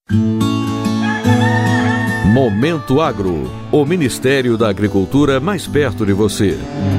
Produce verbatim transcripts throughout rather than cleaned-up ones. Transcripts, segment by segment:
Momento Agro, o Ministério da Agricultura mais perto de você.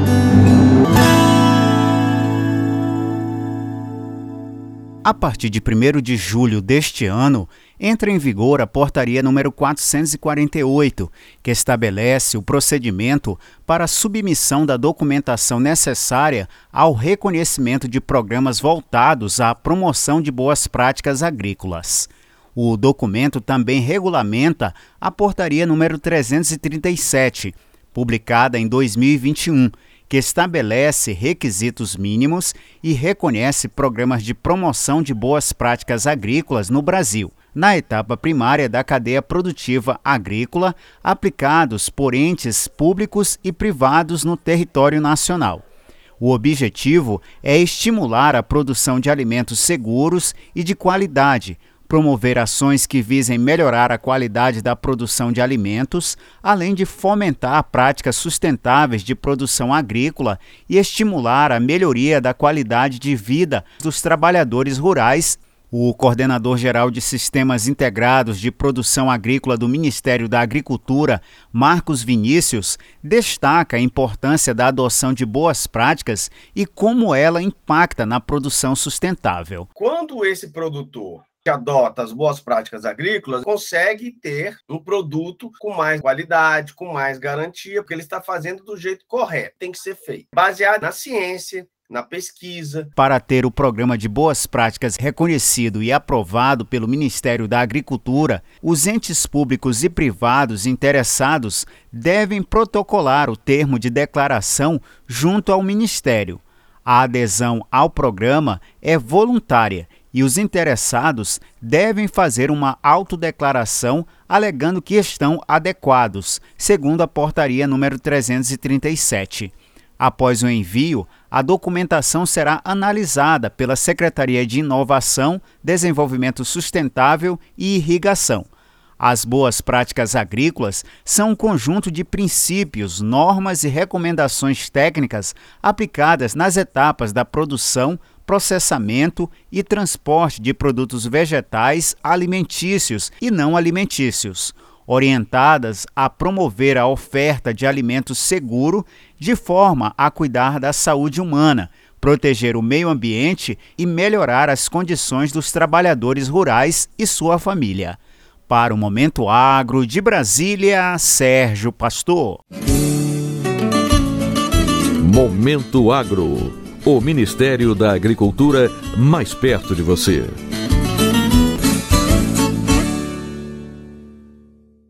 A partir de primeiro de julho deste ano, entra em vigor a Portaria número quatrocentos e quarenta e oito, que estabelece o procedimento para a submissão da documentação necessária ao reconhecimento de programas voltados à promoção de boas práticas agrícolas. O documento também regulamenta a Portaria número trezentos e trinta e sete, publicada em dois mil e vinte e um, que estabelece requisitos mínimos e reconhece programas de promoção de boas práticas agrícolas no Brasil, na etapa primária da cadeia produtiva agrícola, aplicados por entes públicos e privados no território nacional. O objetivo é estimular a produção de alimentos seguros e de qualidade, promover ações que visem melhorar a qualidade da produção de alimentos, além de fomentar práticas sustentáveis de produção agrícola e estimular a melhoria da qualidade de vida dos trabalhadores rurais. O coordenador-geral de Sistemas Integrados de Produção Agrícola do Ministério da Agricultura, Marcos Vinícius, destaca a importância da adoção de boas práticas e como ela impacta na produção sustentável. Quando esse produtor que adota as boas práticas agrícolas, consegue ter um produto com mais qualidade, com mais garantia, porque ele está fazendo do jeito correto, tem que ser feito, baseado na ciência, na pesquisa. Para ter o programa de boas práticas reconhecido e aprovado pelo Ministério da Agricultura, os entes públicos e privados interessados devem protocolar o termo de declaração junto ao Ministério. A adesão ao programa é voluntária e os interessados devem fazer uma autodeclaração alegando que estão adequados, segundo a Portaria número trezentos e trinta e sete. Após o envio, a documentação será analisada pela Secretaria de Inovação, Desenvolvimento Sustentável e Irrigação. As boas práticas agrícolas são um conjunto de princípios, normas e recomendações técnicas aplicadas nas etapas da produção, processamento e transporte de produtos vegetais, alimentícios e não alimentícios, orientadas a promover a oferta de alimento seguro de forma a cuidar da saúde humana, proteger o meio ambiente e melhorar as condições dos trabalhadores rurais e sua família. Para o Momento Agro de Brasília, Sérgio Pastor. Momento Agro, o Ministério da Agricultura mais perto de você.